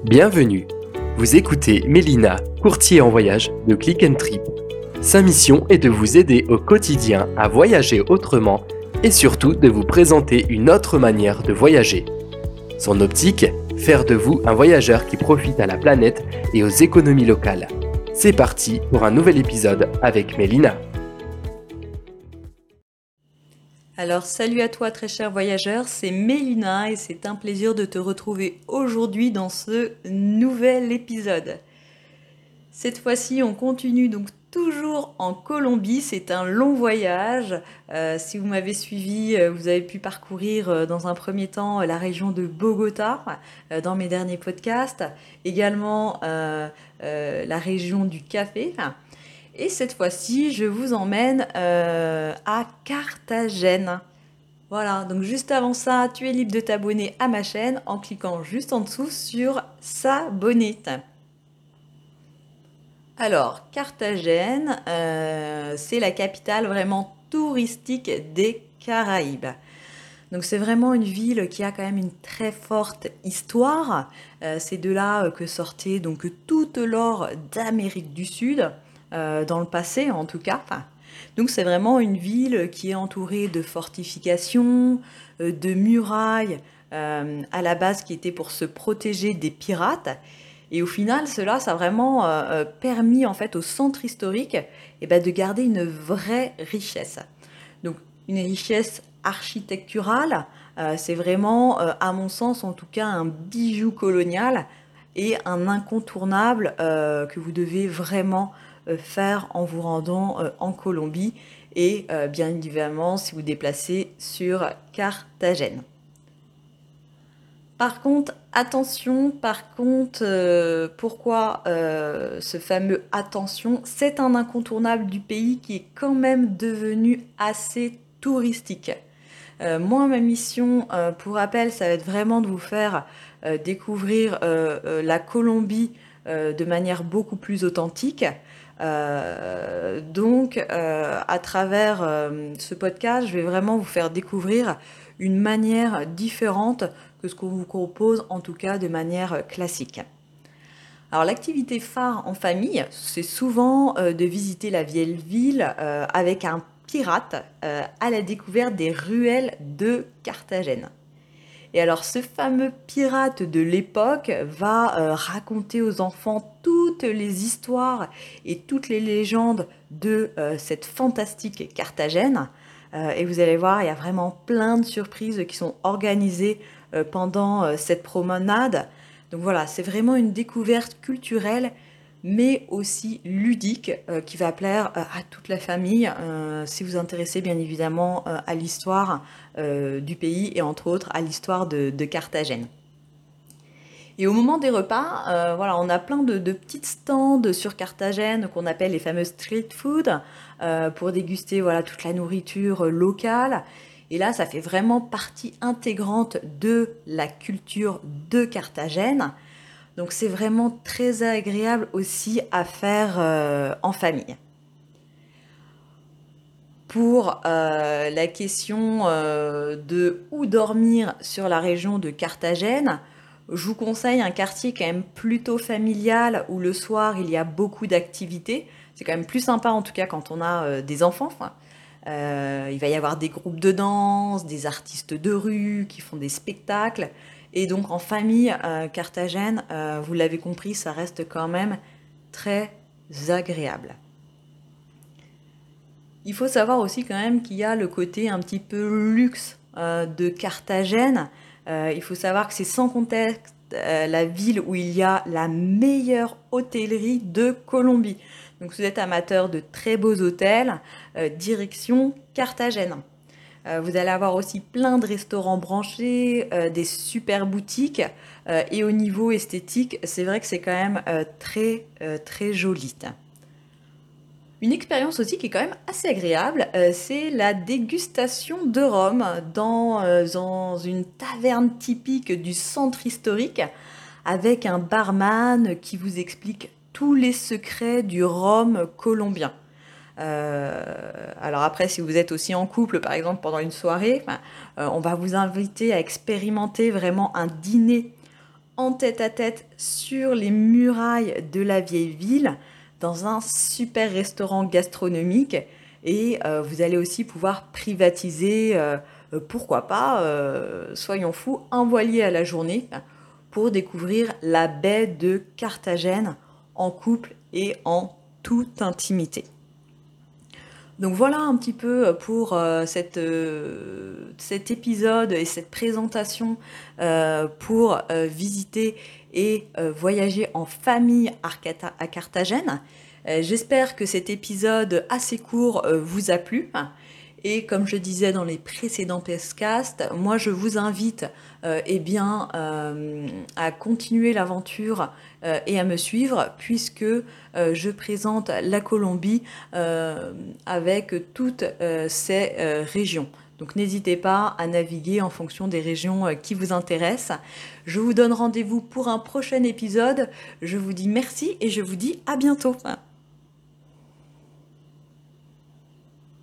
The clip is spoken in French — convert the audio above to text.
Bienvenue. Vous écoutez Mélina, courtier en voyage de Click and Trip. Sa mission est de vous aider au quotidien à voyager autrement et surtout de vous présenter une autre manière de voyager. Son optique, faire de vous un voyageur qui profite à la planète et aux économies locales. C'est parti pour un nouvel épisode avec Mélina. Alors salut à toi très cher voyageur, c'est Mélina et c'est un plaisir de te retrouver aujourd'hui dans ce nouvel épisode. Cette fois-ci on continue donc toujours en Colombie, c'est un long voyage. Si vous m'avez suivi, vous avez pu parcourir dans un premier temps la région de Bogota dans mes derniers podcasts, également la région du café. Et cette fois-ci, je vous emmène à Carthagène. Voilà, donc juste avant ça, tu es libre de t'abonner à ma chaîne en cliquant juste en dessous sur s'abonner. Alors, Carthagène, c'est la capitale vraiment touristique des Caraïbes. Donc c'est vraiment une ville qui a quand même une très forte histoire. C'est de là que sortait donc toute l'or d'Amérique du Sud, dans le passé en tout cas. Donc c'est vraiment une ville qui est entourée de fortifications, de murailles, à la base qui étaient pour se protéger des pirates. Et au final, ça a vraiment permis en fait au centre historique de garder une vraie richesse. Donc une richesse architecturale, c'est vraiment, à mon sens en tout cas, un bijou colonial et un incontournable que vous devez vraiment faire en vous rendant en Colombie et bien évidemment si vous déplacez sur Carthagène. Par contre, attention, pourquoi ce fameux attention? C'est un incontournable du pays qui est quand même devenu assez touristique. Moi, ma mission, pour rappel, ça va être vraiment de vous faire découvrir la Colombie de manière beaucoup plus authentique. À travers ce podcast, je vais vraiment vous faire découvrir une manière différente que ce qu'on vous propose, en tout cas de manière classique. Alors l'activité phare en famille, c'est souvent de visiter la vieille ville avec un pirate à la découverte des ruelles de Carthagène. Et alors ce fameux pirate de l'époque va raconter aux enfants toutes les histoires et toutes les légendes de cette fantastique Carthagène. Et vous allez voir, il y a vraiment plein de surprises qui sont organisées pendant cette promenade. Donc voilà, c'est vraiment une découverte culturelle, mais aussi ludique, qui va plaire à toute la famille, si vous vous intéressez bien évidemment à l'histoire du pays et entre autres à l'histoire de Carthagène. Et au moment des repas, on a plein de petites stands sur Carthagène qu'on appelle les fameux street food pour déguster toute la nourriture locale. Et là, ça fait vraiment partie intégrante de la culture de Carthagène. Donc c'est vraiment très agréable aussi à faire en famille. Pour la question de où dormir sur la région de Carthagène, je vous conseille un quartier quand même plutôt familial où le soir il y a beaucoup d'activités. C'est quand même plus sympa en tout cas quand on a des enfants. Il va y avoir des groupes de danse, des artistes de rue qui font des spectacles. Et donc en famille, Carthagène, vous l'avez compris, ça reste quand même très agréable. Il faut savoir aussi quand même qu'il y a le côté un petit peu luxe de Carthagène. Il faut savoir que c'est sans conteste la ville où il y a la meilleure hôtellerie de Colombie. Donc si vous êtes amateur de très beaux hôtels, direction Carthagène. Vous allez avoir aussi plein de restaurants branchés, des super boutiques. Et au niveau esthétique, c'est vrai que c'est quand même très joli. Une expérience aussi qui est quand même assez agréable, c'est la dégustation de rhum dans une taverne typique du centre historique avec un barman qui vous explique tous les secrets du rhum colombien. Alors après, si vous êtes aussi en couple, par exemple, pendant une soirée, on va vous inviter à expérimenter vraiment un dîner en tête-à-tête sur les murailles de la vieille ville, dans un super restaurant gastronomique. Et vous allez aussi pouvoir privatiser, pourquoi pas, soyons fous, un voilier à la journée pour découvrir la baie de Carthagène en couple et en toute intimité. Donc voilà un petit peu pour cet épisode et cette présentation pour visiter et voyager en famille à Carthagène. J'espère que cet épisode assez court vous a plu. Et comme je disais dans les précédents podcasts, moi je vous invite à continuer l'aventure et à me suivre puisque je présente la Colombie avec toutes ces régions. Donc n'hésitez pas à naviguer en fonction des régions qui vous intéressent. Je vous donne rendez-vous pour un prochain épisode. Je vous dis merci et je vous dis à bientôt.